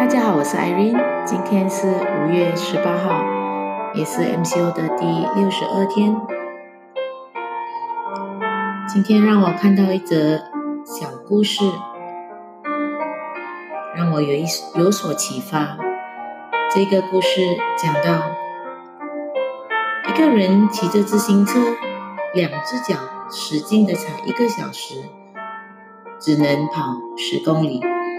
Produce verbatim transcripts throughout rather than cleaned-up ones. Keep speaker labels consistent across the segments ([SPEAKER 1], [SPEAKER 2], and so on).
[SPEAKER 1] 大家好，我是 Irene， 今天是五月十八号，也是 M C O 的第六十二天。今天让我看到一则小故事，让我有一有所启发。这个故事讲到，一个人骑着自行车，两只脚使劲的踩一个小时，只能跑十公里。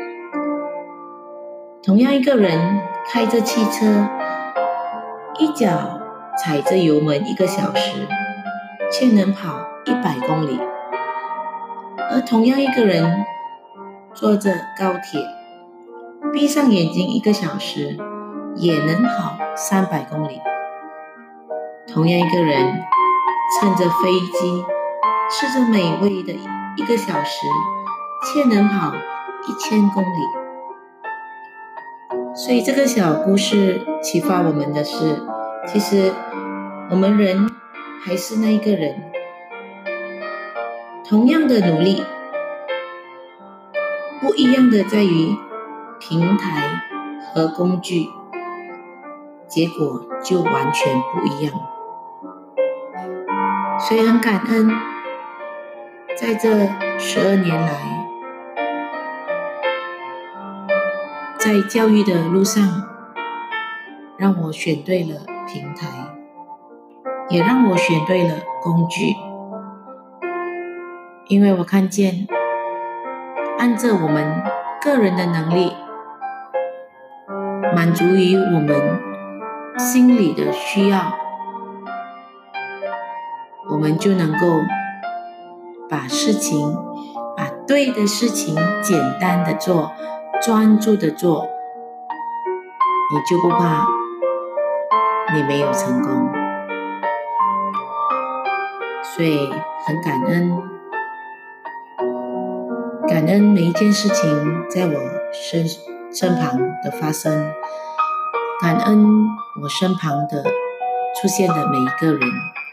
[SPEAKER 1] 同样一个人开着汽车，一脚踩着油门一个小时，却能跑一百公里。而同样一个人坐着高铁，闭上眼睛一个小时，也能跑三百公里。同样一个人乘着飞机，吃着美味的一个小时，却能跑一千公里。所以这个小故事启发我们的是，其实我们人还是那一个人，同样的努力，不一样的在于平台和工具，结果就完全不一样。所以很感恩，在这十二年来，在教育的路上，让我选对了平台，也让我选对了工具。因为我看见，按照我们个人的能力，满足于我们心里的需要，我们就能够把事情，把对的事情简单的做，专注的做，你就不怕你没有成功。所以很感恩，感恩每一件事情在我身身旁的发生，感恩我身旁的出现的每一个人。